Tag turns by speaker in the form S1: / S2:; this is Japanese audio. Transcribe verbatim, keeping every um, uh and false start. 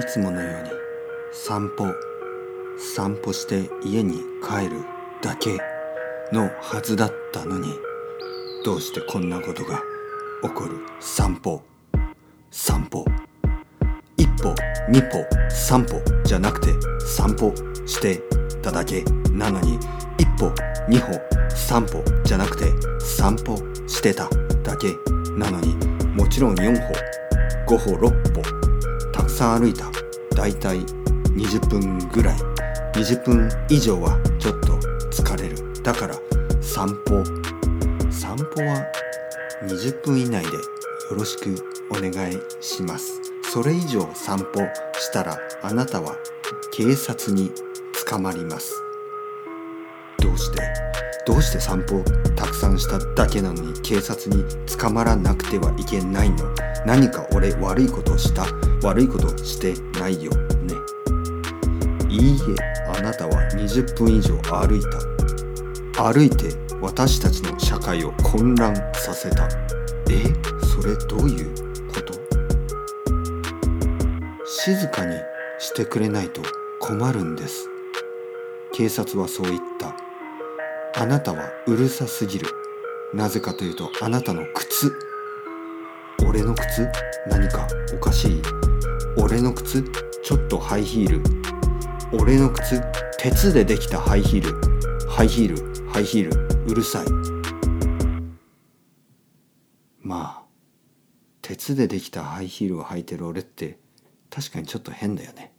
S1: いつものように散歩散歩して家に帰るだけのはずだったのに、どうしてこんなことが起こる。散歩散歩一歩二歩三歩じゃなくて散歩してただけなのに、一歩二歩三歩じゃなくて散歩してただけなのに、もちろん四歩五歩六歩たくさん歩いた。だいたいにじゅっぷんぐらい、にじゅっぷん以上はちょっと疲れる。だから散歩散歩はにじゅっぷん以内でよろしくお願いします。それ以上散歩したらあなたは警察に捕まります。どうしてどうして散歩たくさんしただけなのに警察に捕まらなくてはいけないの？何か俺悪いことした？悪いことしてないよね。いいえ、あなたはにじゅっぷん以上歩いた。歩いて私たちの社会を混乱させた。え、それどういうこと？静かにしてくれないと困るんです。警察はそう言った。あなたはうるさすぎる。なぜかというと、あなたの靴。俺の靴？何かおかしい？俺の靴？ちょっとハイヒール。俺の靴？鉄でできたハイヒール。ハイヒール、ハイヒール、うるさい。まあ、鉄でできたハイヒールを履いてる俺って確かにちょっと変だよね。